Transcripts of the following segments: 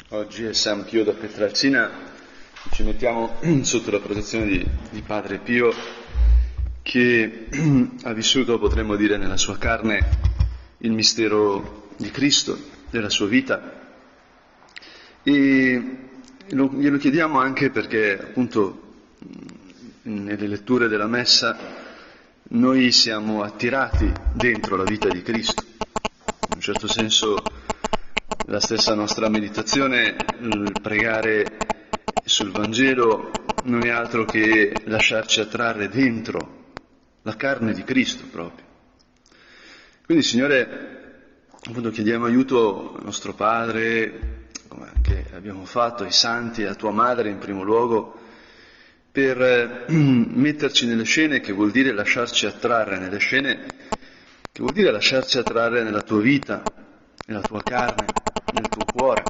Oggi è San Pio da Pietrelcina, ci mettiamo sotto la protezione di Padre Pio, che ha vissuto, potremmo dire, nella sua carne il mistero di Cristo, della sua vita, e glielo chiediamo anche perché, appunto, nelle letture della Messa noi siamo attirati dentro la vita di Cristo. In un certo senso la stessa nostra meditazione, il pregare sul Vangelo, non è altro che lasciarci attrarre dentro la carne di Cristo proprio. Quindi, Signore, appunto chiediamo aiuto al nostro Padre, come anche abbiamo fatto, ai Santi, a Tua Madre in primo luogo, per metterci nelle scene, che vuol dire lasciarci attrarre nelle scene, che vuol dire lasciarci attrarre nella Tua vita, nella Tua carne, nel Tuo cuore.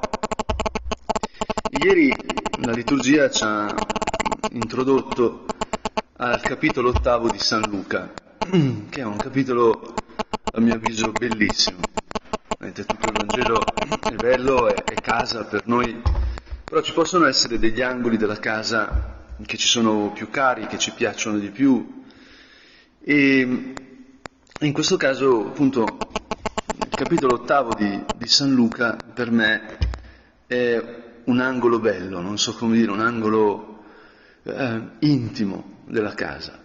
Ieri la liturgia ci ha introdotto al capitolo 8 di San Luca, che è un capitolo, a mio avviso, bellissimo. Vedete, tutto il Vangelo è bello, è casa per noi, però ci possono essere degli angoli della casa che ci sono più cari, che ci piacciono di più, e in questo caso, appunto, il capitolo 8 di San Luca per me è un angolo bello, non so come dire, un angolo intimo della casa.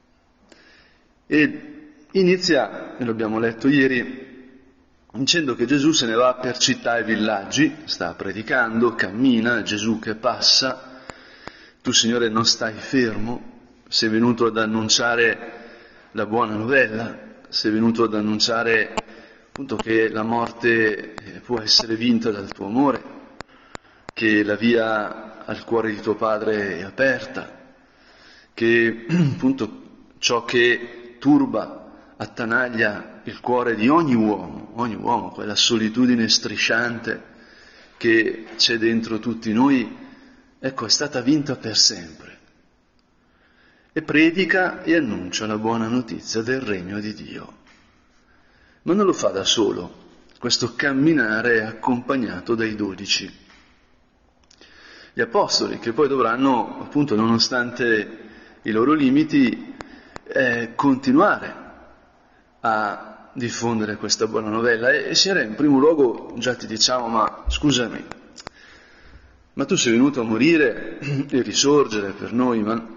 E inizia, e l'abbiamo letto ieri, dicendo che Gesù se ne va per città e villaggi, sta predicando, cammina, Gesù che passa. Tu, Signore, non stai fermo, sei venuto ad annunciare la buona novella, sei venuto ad annunciare appunto che la morte può essere vinta dal tuo amore, che la via al cuore di tuo Padre è aperta, che appunto ciò che turba, attanaglia il cuore di ogni uomo, quella solitudine strisciante che c'è dentro tutti noi, ecco, è stata vinta per sempre. E predica e annuncia la buona notizia del regno di Dio. Ma non lo fa da solo, questo camminare è accompagnato dai 12. Gli apostoli, che poi dovranno, appunto, nonostante i loro limiti, continuare a diffondere questa buona novella. E Signore, in primo luogo già ti diciamo, ma scusami, ma tu sei venuto a morire e risorgere per noi, ma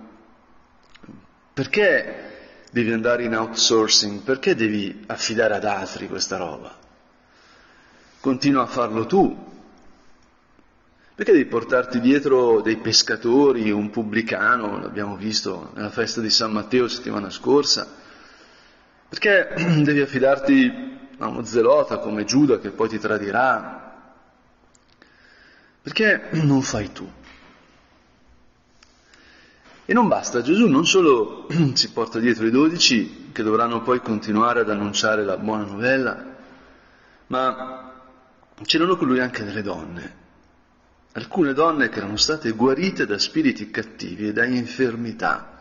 perché devi andare in outsourcing? Perché devi affidare ad altri questa roba? Continua a farlo tu. Perché devi portarti dietro dei pescatori, un pubblicano, l'abbiamo visto nella festa di San Matteo settimana scorsa? Perché devi affidarti a uno zelota come Giuda che poi ti tradirà? Perché non fai tu? E non basta, Gesù non solo si porta dietro i 12 che dovranno poi continuare ad annunciare la buona novella, ma c'erano con lui anche delle donne, alcune donne che erano state guarite da spiriti cattivi e da infermità.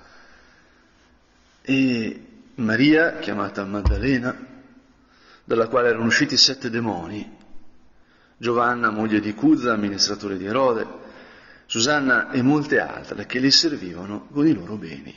E Maria, chiamata Maddalena, dalla quale erano usciti 7 demoni, Giovanna, moglie di Cuzza, amministratore di Erode, Susanna e molte altre che li servivano con i loro beni.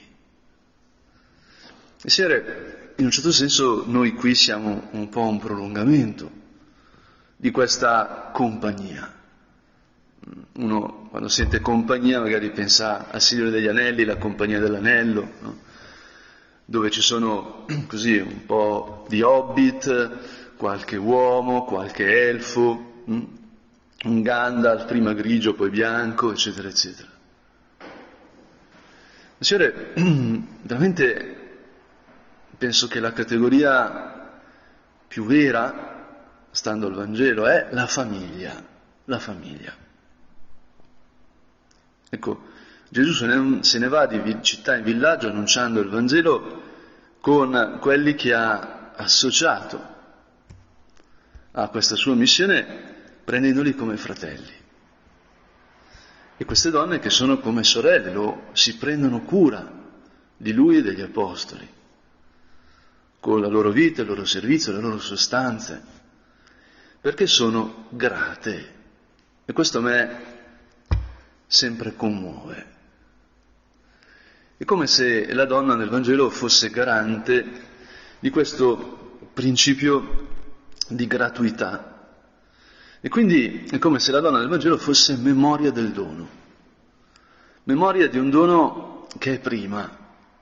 E Signore, in un certo senso noi qui siamo un po' un prolungamento di questa compagnia. Uno quando sente compagnia magari pensa al Signore degli Anelli, la compagnia dell'anello, no? Dove ci sono così un po' di hobbit, qualche uomo, qualche elfo, un Gandalf, prima grigio, poi bianco, eccetera, eccetera. Signore, veramente penso che la categoria più vera, stando al Vangelo, è la famiglia. Ecco, Gesù se ne va di città in villaggio annunciando il Vangelo con quelli che ha associato a questa sua missione, prendendoli come fratelli. E queste donne che sono come sorelle, si prendono cura di lui e degli apostoli, con la loro vita, il loro servizio, le loro sostanze, perché sono grate E questo a me sempre commuove. È come se la donna nel Vangelo fosse garante di questo principio di gratuità. E quindi è come se la donna nel Vangelo fosse memoria del dono, memoria di un dono che è prima,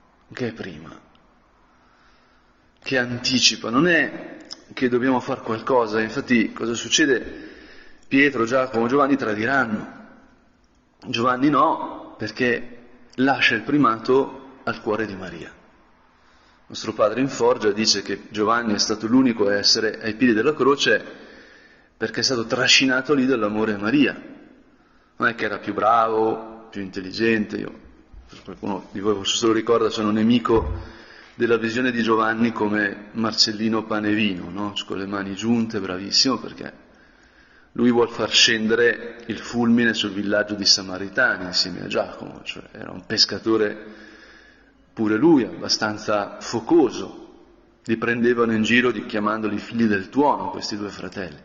che anticipa, non è che dobbiamo fare qualcosa. Infatti cosa succede? Pietro, Giacomo, Giovanni tradiranno. Giovanni no, perché lascia il primato al cuore di Maria. Il nostro padre in Forgia dice che Giovanni è stato l'unico a essere ai piedi della croce perché è stato trascinato lì dall'amore a Maria. Non è che era più bravo, più intelligente. Io, qualcuno di voi forse se lo ricorda, sono nemico della visione di Giovanni come Marcellino Panevino, no? Con le mani giunte, bravissimo, perché lui vuol far scendere il fulmine sul villaggio di Samaritani insieme a Giacomo, cioè era un pescatore pure lui, abbastanza focoso. Li prendevano in giro chiamandoli figli del tuono, questi due fratelli.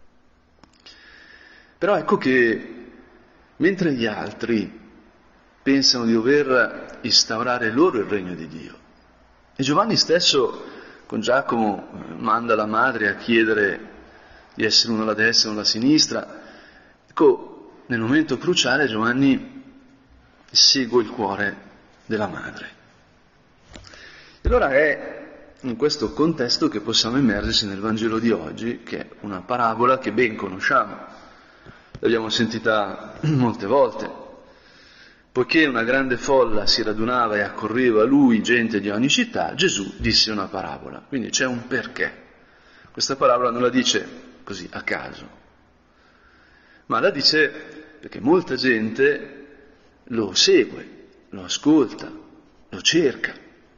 Però ecco che mentre gli altri pensano di dover instaurare loro il regno di Dio, e Giovanni stesso con Giacomo manda la madre a chiedere di essere uno alla destra e uno alla sinistra, ecco, nel momento cruciale Giovanni segue il cuore della madre. E allora è in questo contesto che possiamo immergersi nel Vangelo di oggi, che è una parabola che ben conosciamo, l'abbiamo sentita molte volte. Poiché una grande folla si radunava e accorreva a lui, gente di ogni città, Gesù disse una parabola. Quindi c'è un perché. Questa parabola non la dice così a caso, ma la dice perché molta gente lo segue, lo ascolta, lo cerca.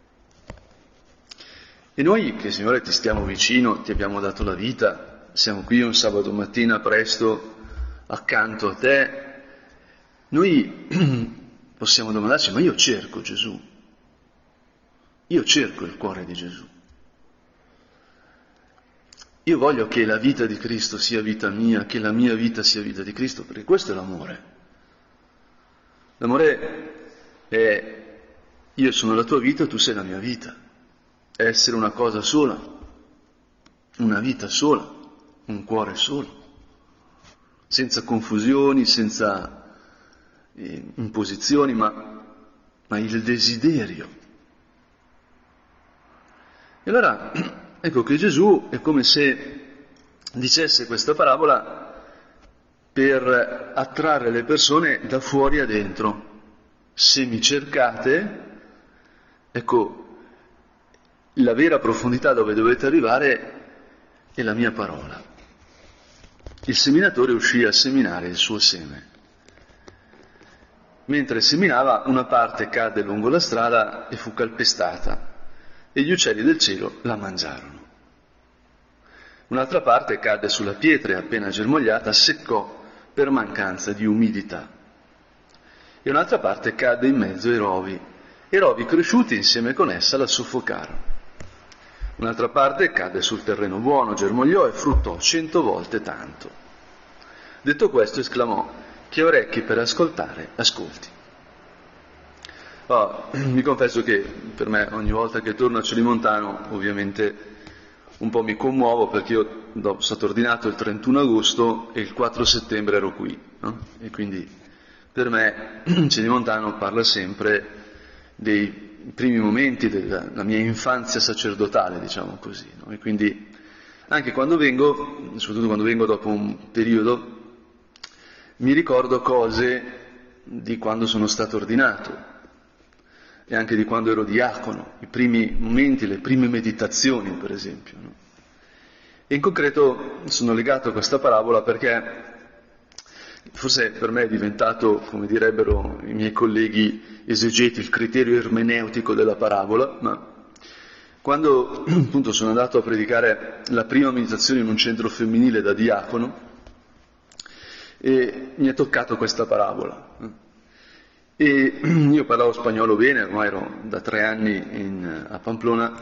E noi che, Signore, ti stiamo vicino, ti abbiamo dato la vita, siamo qui un sabato mattina presto accanto a te, noi possiamo domandarci: ma io cerco Gesù, io cerco il cuore di Gesù, io voglio che la vita di Cristo sia vita mia, che la mia vita sia vita di Cristo, perché questo è l'amore. L'amore è: io sono la tua vita, tu sei la mia vita. È essere una cosa sola, una vita sola, un cuore solo, senza confusioni, senza imposizioni, ma il desiderio. E allora ecco che Gesù è come se dicesse questa parabola per attrarre le persone da fuori a dentro. Se mi cercate, ecco, la vera profondità dove dovete arrivare è la mia parola. Il seminatore uscì a seminare il suo seme. Mentre seminava, una parte cadde lungo la strada e fu calpestata, e gli uccelli del cielo la mangiarono. Un'altra parte cadde sulla pietra e appena germogliata seccò per mancanza di umidità. E un'altra parte cadde in mezzo ai rovi, e rovi cresciuti insieme con essa la soffocarono. Un'altra parte cadde sul terreno buono, germogliò e fruttò 100 volte tanto. Detto questo esclamò: chi ha orecchi per ascoltare, ascolti. Mi confesso che per me ogni volta che torno a Celimontano ovviamente un po' mi commuovo, perché io sono stato ordinato il 31 agosto e il 4 settembre ero qui, no? E quindi per me Celimontano parla sempre dei primi momenti della mia infanzia sacerdotale, diciamo così, no? E quindi anche quando vengo, soprattutto quando vengo dopo un periodo, mi ricordo cose di quando sono stato ordinato e anche di quando ero diacono, i primi momenti, le prime meditazioni, per esempio, no? E in concreto sono legato a questa parabola perché forse per me è diventato, come direbbero i miei colleghi esegeti, il criterio ermeneutico della parabola, ma quando appunto sono andato a predicare la prima meditazione in un centro femminile da diacono, e mi è toccato questa parabola. E io parlavo spagnolo bene, ormai ero da 3 anni a Pamplona,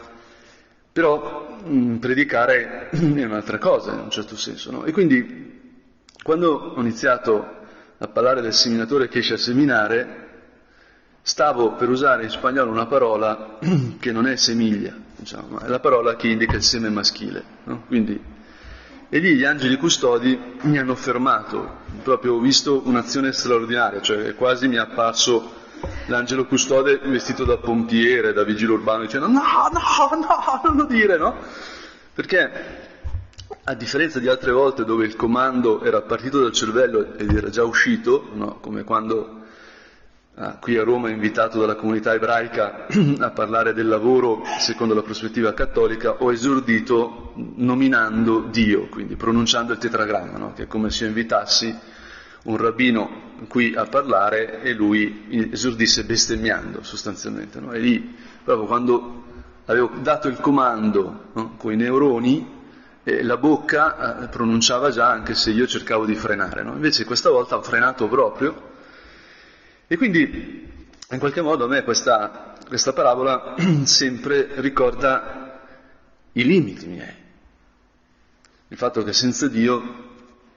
però predicare è un'altra cosa in un certo senso, no? E quindi Quando ho iniziato a parlare del seminatore che esce a seminare, stavo per usare in spagnolo una parola che non è semiglia, diciamo, ma è la parola che indica il seme maschile, no? E lì gli angeli custodi mi hanno fermato, proprio ho visto un'azione straordinaria, cioè quasi mi è apparso l'angelo custode vestito da pompiere, da vigile urbano, dicendo no, non lo dire, no? Perché a differenza di altre volte dove il comando era partito dal cervello ed era già uscito, no? Come quando qui a Roma invitato dalla comunità ebraica a parlare del lavoro secondo la prospettiva cattolica, ho esordito nominando Dio, quindi pronunciando il tetragramma, no? Che è come se io invitassi un rabbino qui a parlare e lui esordisse bestemmiando sostanzialmente, no? E lì, proprio quando avevo dato il comando, no? Con i neuroni, la bocca pronunciava già, anche se io cercavo di frenare, no? Invece questa volta ho frenato proprio. E quindi, in qualche modo, a me questa parabola sempre ricorda i limiti miei. Il fatto che senza Dio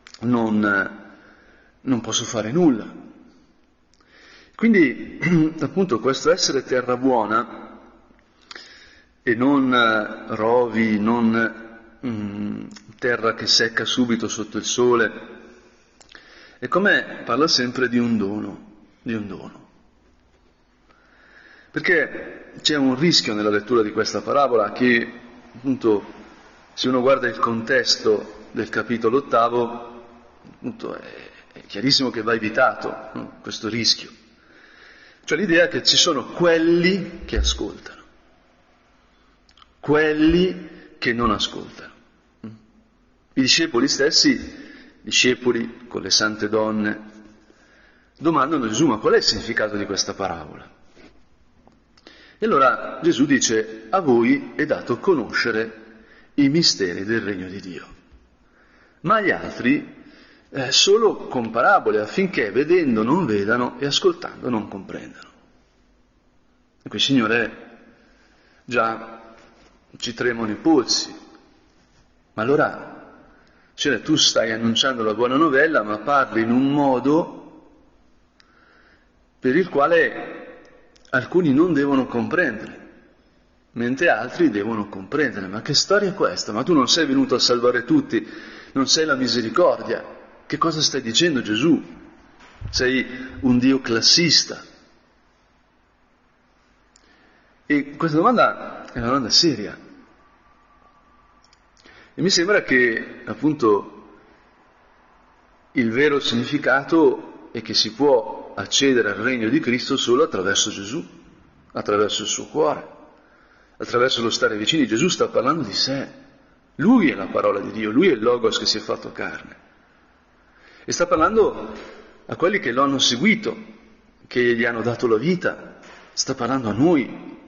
non posso fare nulla. Quindi, appunto, questo essere terra buona e non rovi, non terra che secca subito sotto il sole, è come parla sempre di un dono. Perché c'è un rischio nella lettura di questa parabola che, appunto, se uno guarda il contesto del capitolo 8, appunto, è chiarissimo che va evitato, no? Questo rischio. Cioè l'idea che ci sono quelli che ascoltano, quelli che non ascoltano. I discepoli stessi, discepoli con le sante donne, domandano a Gesù: ma qual è il significato di questa parabola? E allora Gesù dice: a voi è dato conoscere i misteri del regno di Dio, ma agli altri solo con parabole, affinché vedendo non vedano e ascoltando non comprendano. E qui, Signore, già ci tremano i polsi. Ma allora, Signore, tu stai annunciando la buona novella, ma parli in un modo per il quale alcuni non devono comprendere, mentre altri devono comprendere. Ma che storia è questa? Ma tu non sei venuto a salvare tutti, non sei la misericordia. Che cosa stai dicendo, Gesù? Sei un Dio classista. E questa domanda è una domanda seria. E mi sembra che, appunto, il vero significato è che si può accedere al regno di Cristo solo attraverso Gesù, attraverso il suo cuore, attraverso lo stare vicini. Gesù sta parlando di sé, lui è la parola di Dio, lui è il Logos che si è fatto carne, e sta parlando a quelli che lo hanno seguito, che gli hanno dato la vita, sta parlando a noi.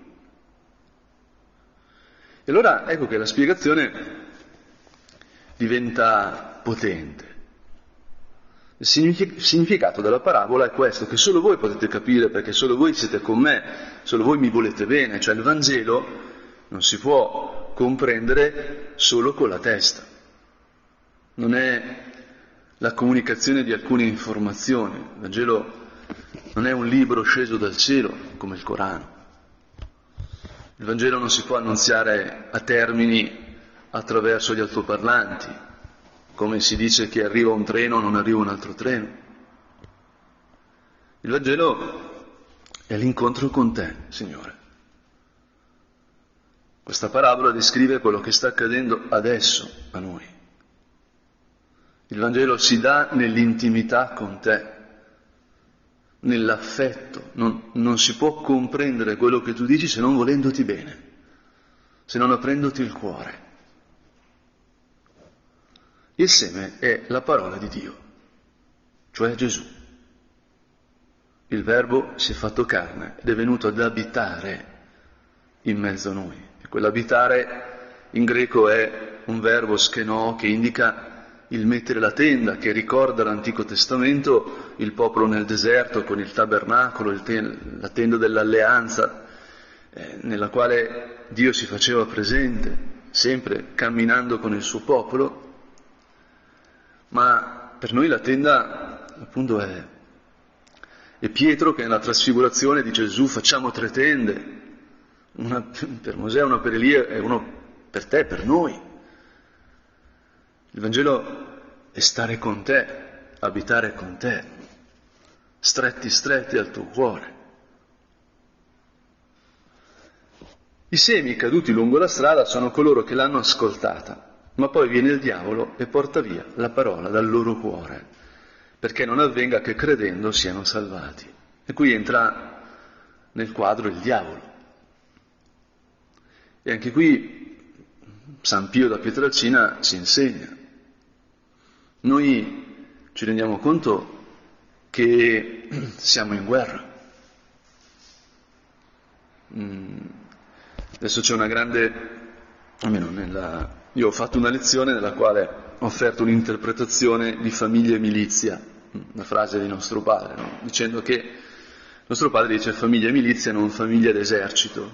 E allora ecco che la spiegazione diventa potente. Il significato della parabola è questo, che solo voi potete capire, perché solo voi siete con me, solo voi mi volete bene. Cioè il Vangelo non si può comprendere solo con la testa, non è la comunicazione di alcune informazioni. Il Vangelo non è un libro sceso dal cielo come il Corano. Il Vangelo non si può annunziare a termini attraverso gli altoparlanti, come si dice che arriva un treno, non arriva un altro treno. Il Vangelo è l'incontro con te, Signore. Questa parabola descrive quello che sta accadendo adesso a noi. Il Vangelo si dà nell'intimità con te, nell'affetto. Non si può comprendere quello che tu dici se non volendoti bene, se non aprendoti il cuore. Il seme è la parola di Dio, cioè Gesù. Il Verbo si è fatto carne ed è venuto ad abitare in mezzo a noi. E quell'abitare in greco è un verbo skeno che indica il mettere la tenda, che ricorda l'Antico Testamento, il popolo nel deserto con il tabernacolo, la tenda dell'alleanza, nella quale Dio si faceva presente, sempre camminando con il suo popolo. Ma Per noi la tenda, appunto, è Pietro che nella trasfigurazione di Gesù facciamo 3 tende, una per Mosè, una per Elia e uno per te, per noi. Il Vangelo è stare con te, abitare con te, stretti stretti al tuo cuore. I semi caduti lungo la strada sono coloro che l'hanno ascoltata, ma poi viene il diavolo e porta via la parola dal loro cuore, perché non avvenga che credendo siano salvati. E qui entra nel quadro il diavolo. E anche qui San Pio da Pietrelcina ci insegna. Noi ci rendiamo conto che siamo in guerra. Adesso c'è una grande, io ho fatto una lezione nella quale ho offerto un'interpretazione di famiglia e milizia, una frase di nostro padre, no? Dicendo che nostro padre dice famiglia e milizia, non famiglia ed esercito,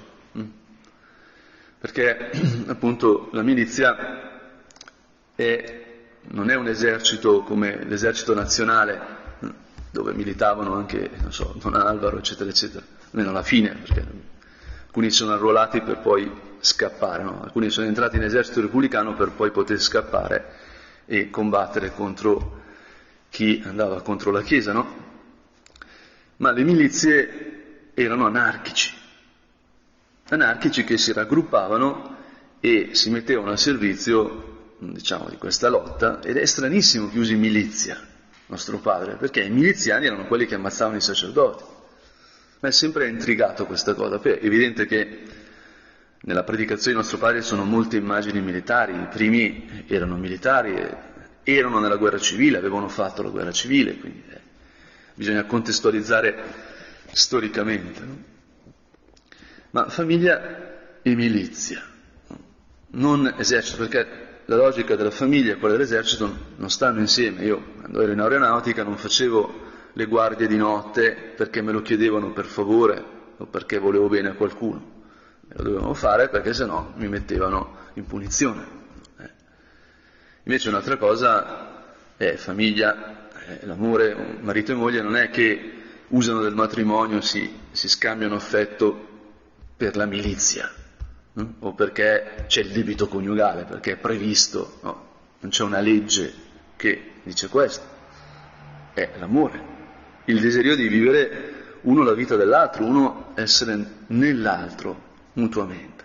perché appunto la milizia non è un esercito come l'esercito nazionale, dove militavano anche, non so, Don Alvaro, eccetera, eccetera, almeno alla fine, perché alcuni sono arruolati per poi scappare, no? Alcuni sono entrati in esercito repubblicano per poi poter scappare e combattere contro chi andava contro la Chiesa, no? Ma le milizie erano anarchici che si raggruppavano e si mettevano al servizio, diciamo, di questa lotta, ed è stranissimo che usi milizia, nostro padre, perché i miliziani erano quelli che ammazzavano i sacerdoti. Ma è sempre intrigato questa cosa. Poi è evidente che nella predicazione di nostro padre sono molte immagini militari, i primi erano militari, erano nella guerra civile, avevano fatto la guerra civile, quindi bisogna contestualizzare storicamente, no? Ma famiglia e milizia, non esercito, perché la logica della famiglia e quella dell'esercito non stanno insieme. Io, quando ero in aeronautica, non facevo le guardie di notte perché me lo chiedevano per favore o perché volevo bene a qualcuno, lo dovevano fare perché sennò mi mettevano in punizione. Invece un'altra cosa è famiglia, l'amore, marito e moglie non è che usano del matrimonio, si scambiano affetto per la milizia, no? O perché c'è il debito coniugale, perché è previsto, no? Non c'è una legge che dice questo, è l'amore, il desiderio di vivere uno la vita dell'altro, uno essere nell'altro mutuamente.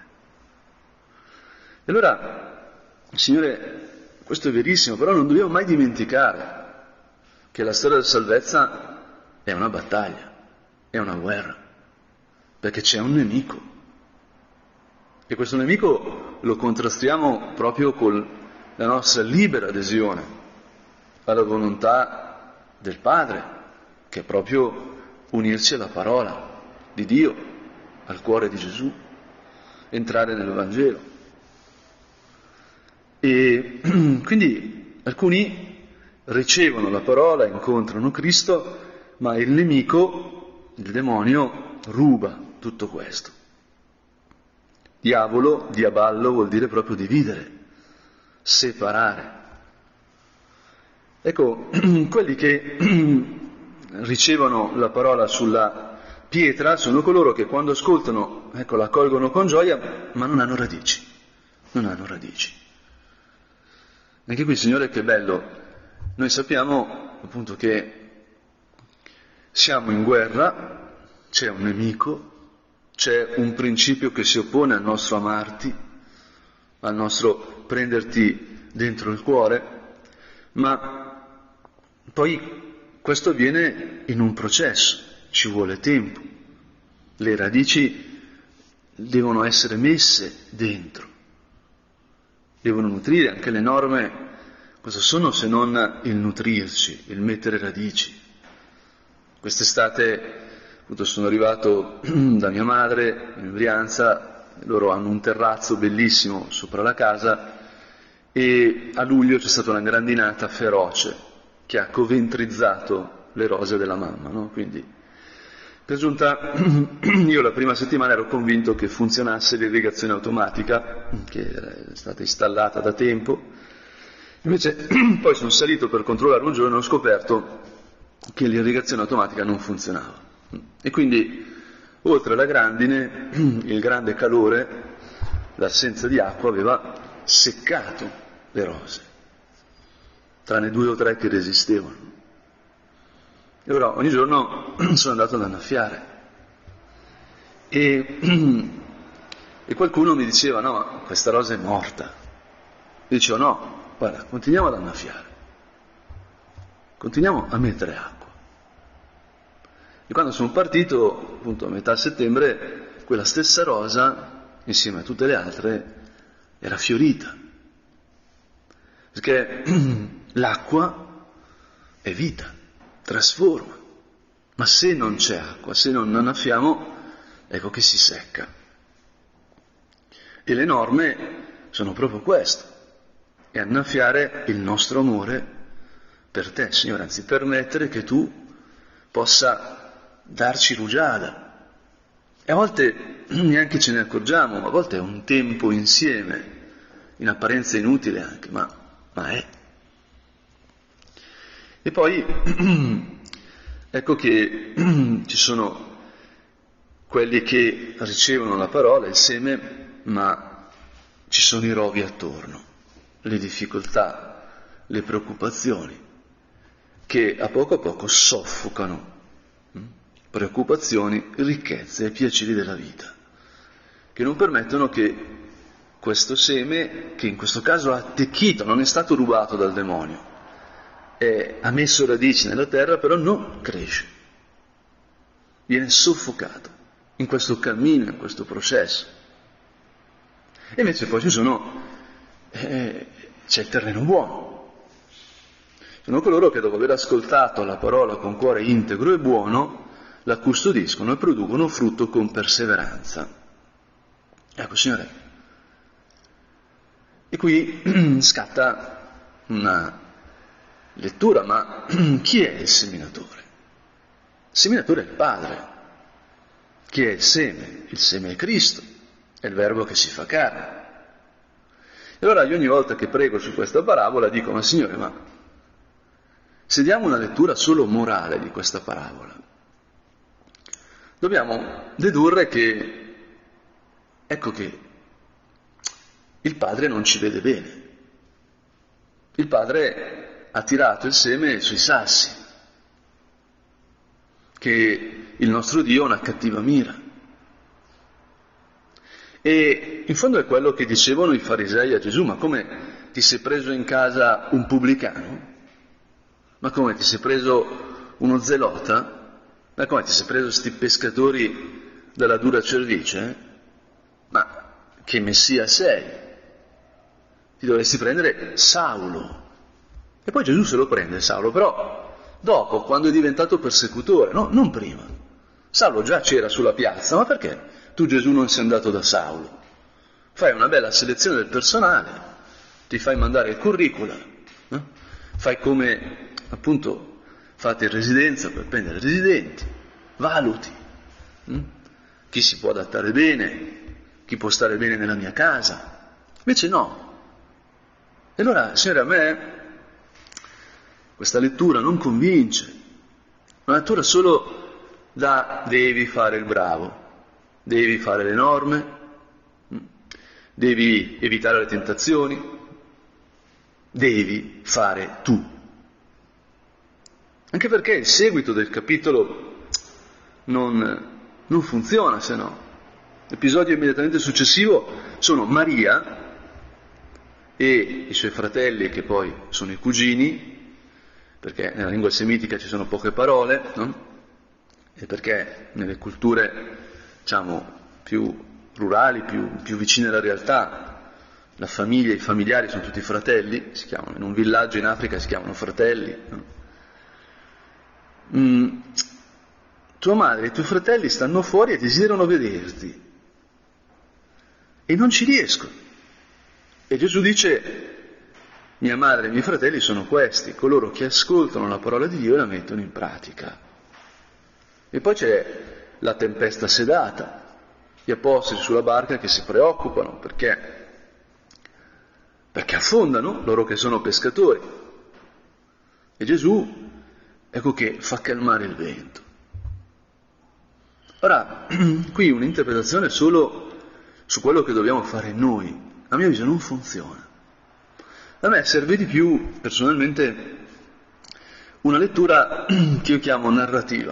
E allora, Signore, questo è verissimo, però non dobbiamo mai dimenticare che la storia della salvezza è una battaglia, è una guerra, perché c'è un nemico. E questo nemico lo contrastiamo proprio con la nostra libera adesione alla volontà del Padre, che è proprio unirci alla parola di Dio, al cuore di Gesù, entrare nel Vangelo. E quindi alcuni ricevono la parola, incontrano Cristo, ma il nemico, il demonio, ruba tutto questo. Diaballo vuol dire proprio dividere, separare. Ecco, quelli che ricevono la parola sulla pietra sono coloro che quando ascoltano, ecco, la accolgono con gioia, ma non hanno radici. Non hanno radici. Anche qui, Signore, che bello. Noi sappiamo appunto che siamo in guerra, c'è un nemico, c'è un principio che si oppone al nostro amarti, al nostro prenderti dentro il cuore, ma poi questo avviene in un processo, ci vuole tempo. Le radici devono essere messe dentro, devono nutrire. Anche le norme cosa sono se non il nutrirci, il mettere radici? Quest'estate appunto sono arrivato da mia madre in Brianza, loro hanno un terrazzo bellissimo sopra la casa e a luglio c'è stata una grandinata feroce che ha coventrizzato le rose della mamma, no? Quindi per giunta io la prima settimana ero convinto che funzionasse l'irrigazione automatica che è stata installata da tempo Invece poi sono salito per controllare un giorno e ho scoperto che l'irrigazione automatica non funzionava. E quindi, oltre alla grandine, il grande calore, l'assenza di acqua aveva seccato le rose, tranne 2 o 3 che resistevano. E allora ogni giorno sono andato ad annaffiare. E qualcuno mi diceva: no, ma questa rosa è morta. Io dicevo: no, guarda, continuiamo ad annaffiare, continuiamo a mettere acqua. E quando sono partito, appunto a metà settembre, quella stessa rosa, insieme a tutte le altre, era fiorita, perché l'acqua è vita, trasforma, ma se non c'è acqua, se non annaffiamo, ecco che si secca. E le norme sono proprio questo, è annaffiare il nostro amore per te, Signore, anzi permettere che tu possa darci rugiada. E a volte neanche ce ne accorgiamo, ma a volte è un tempo insieme, in apparenza inutile anche, ma è. E poi ecco che ci sono quelli che ricevono la parola, il seme, ma ci sono i roghi attorno, le difficoltà, le preoccupazioni, che a poco soffocano preoccupazioni, ricchezze e piaceri della vita, che non permettono che questo seme, che in questo caso ha attecchito, non è stato rubato dal demonio, ha messo radici nella terra, però non cresce, viene soffocato in questo cammino, in questo processo. E invece poi c'è il terreno buono. Sono coloro che dopo aver ascoltato la parola con cuore integro e buono, la custodiscono e producono frutto con perseveranza. Ecco, Signore. E qui scatta una lettura, ma chi è il seminatore? Il seminatore è il Padre. Chi è il seme? Il seme è Cristo, è il Verbo che si fa carne. E allora io ogni volta che prego su questa parabola dico: ma Signore, ma se diamo una lettura solo morale di questa parabola, dobbiamo dedurre che, ecco che il Padre non ci vede bene. Il Padre ha tirato il seme sui sassi, che il nostro Dio ha una cattiva mira. E in fondo è quello che dicevano i farisei a Gesù: ma come ti sei preso in casa un pubblicano? Ma come ti sei preso uno zelota? Ma come ti sei preso sti pescatori dalla dura cervice? Ma che messia sei? Ti dovresti prendere Saulo. E poi Gesù se lo prende Saulo, però dopo, quando è diventato persecutore, no, non prima. Saulo già c'era sulla piazza, ma perché tu, Gesù, non sei andato da Saulo? Fai una bella selezione del personale, ti fai mandare il curriculum, fai come appunto fate in residenza per prendere residenti, valuti chi si può adattare bene, chi può stare bene nella mia casa. Invece no. E allora, Signore, a me questa lettura non convince, una lettura solo da devi fare il bravo, devi fare le norme, devi evitare le tentazioni, devi fare tu. Anche perché il seguito del capitolo non funziona, se no. L'episodio immediatamente successivo sono Maria e i suoi fratelli, che poi sono i cugini, perché nella lingua semitica ci sono poche parole, no? E perché nelle culture, diciamo, più rurali, più vicine alla realtà, la famiglia, i familiari sono tutti fratelli, si chiamano, in un villaggio in Africa si chiamano fratelli, no? Tua madre e i tuoi fratelli stanno fuori e desiderano vederti e non ci riescono. E Gesù dice: mia madre e i miei fratelli sono questi, coloro che ascoltano la parola di Dio e la mettono in pratica. E poi c'è la tempesta sedata, gli apostoli sulla barca che si preoccupano perché perché affondano, loro che sono pescatori. E Gesù, ecco che fa calmare il vento. Ora, qui un'interpretazione solo su quello che dobbiamo fare noi, a mio avviso non funziona. A me serve di più, personalmente, una lettura che io chiamo narrativa.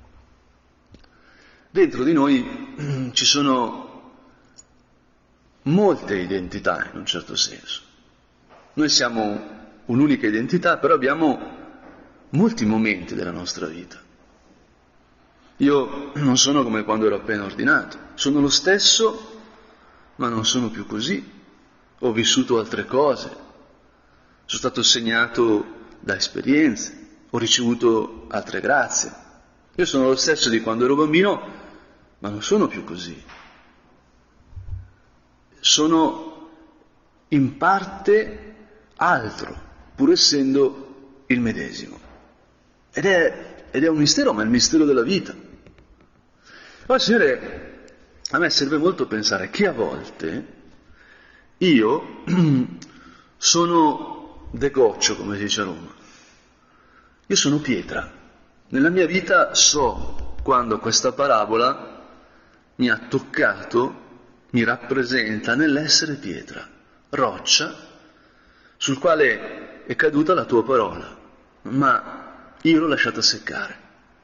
Dentro di noi ci sono molte identità, in un certo senso. Noi siamo un'unica identità, però abbiamo molti momenti della nostra vita. Io non sono come quando ero appena ordinato, sono lo stesso, ma non sono più così. Ho vissuto altre cose, sono stato segnato da esperienze, ho ricevuto altre grazie. Io sono lo stesso di quando ero bambino, ma non sono più così. Sono in parte altro, pur essendo il medesimo. Ed è un mistero, ma è il mistero della vita. Poi, Signore, a me serve molto pensare che a volte io sono degoccio, come si dice a Roma. Io sono pietra. Nella mia vita so quando questa parabola mi ha toccato, mi rappresenta nell'essere pietra, roccia, sul quale è caduta la tua parola, ma io l'ho lasciata seccare.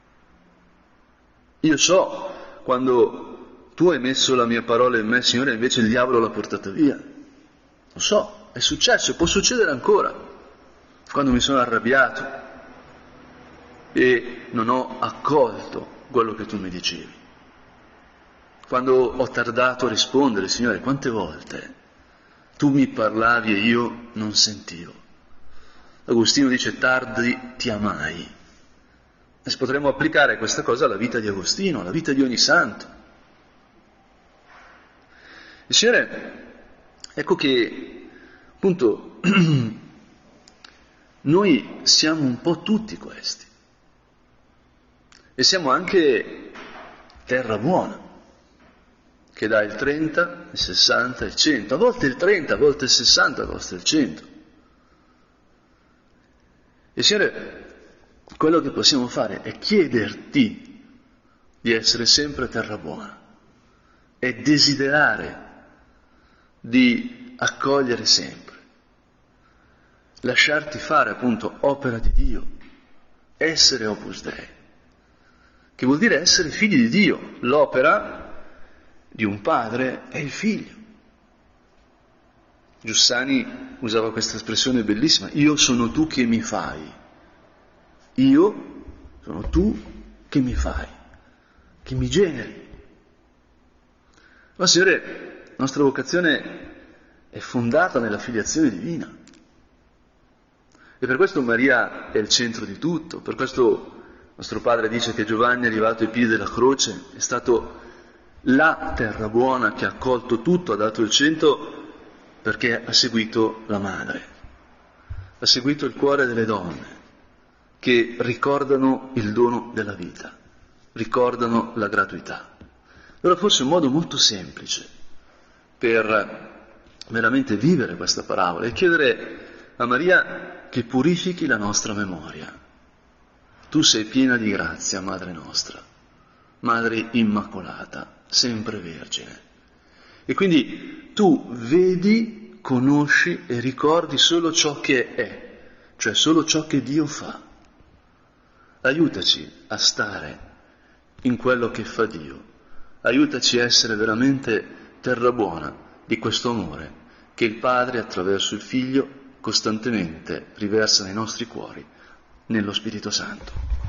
Io so quando tu hai messo la mia parola in me, Signore, invece il diavolo l'ha portata via. Lo so, è successo e può succedere ancora. Quando mi sono arrabbiato e non ho accolto quello che tu mi dicevi. Quando ho tardato a rispondere, Signore, quante volte tu mi parlavi e io non sentivo. Agostino dice tardi ti amai. E potremmo applicare questa cosa alla vita di Agostino, alla vita di ogni santo. E Signore, ecco che appunto noi siamo un po' tutti questi. E siamo anche terra buona, che dà il 30, il 60, il 100, a volte il 30, a volte il 60, a volte il 100. E Signore, quello che possiamo fare è chiederti di essere sempre terra buona e desiderare di accogliere sempre, lasciarti fare appunto opera di Dio, essere Opus Dei, che vuol dire essere figli di Dio. L'opera di un padre è il figlio. Giussani usava questa espressione bellissima: io sono tu che mi fai. Io sono tu che mi fai, che mi generi. Ma Signore, la nostra vocazione è fondata nella filiazione divina. E per questo Maria è il centro di tutto. Per questo nostro Padre dice che Giovanni, arrivato ai piedi della croce, è stato la terra buona che ha accolto tutto, ha dato il 100, perché ha seguito la madre, ha seguito il cuore delle donne, che ricordano il dono della vita, ricordano la gratuità. Allora forse un modo molto semplice per veramente vivere questa parabola è chiedere a Maria che purifichi la nostra memoria. Tu sei piena di grazia, Madre nostra, Madre Immacolata, sempre Vergine. E quindi tu vedi, conosci e ricordi solo ciò che è, cioè solo ciò che Dio fa. Aiutaci a stare in quello che fa Dio, aiutaci a essere veramente terra buona di questo amore che il Padre attraverso il Figlio costantemente riversa nei nostri cuori, nello Spirito Santo.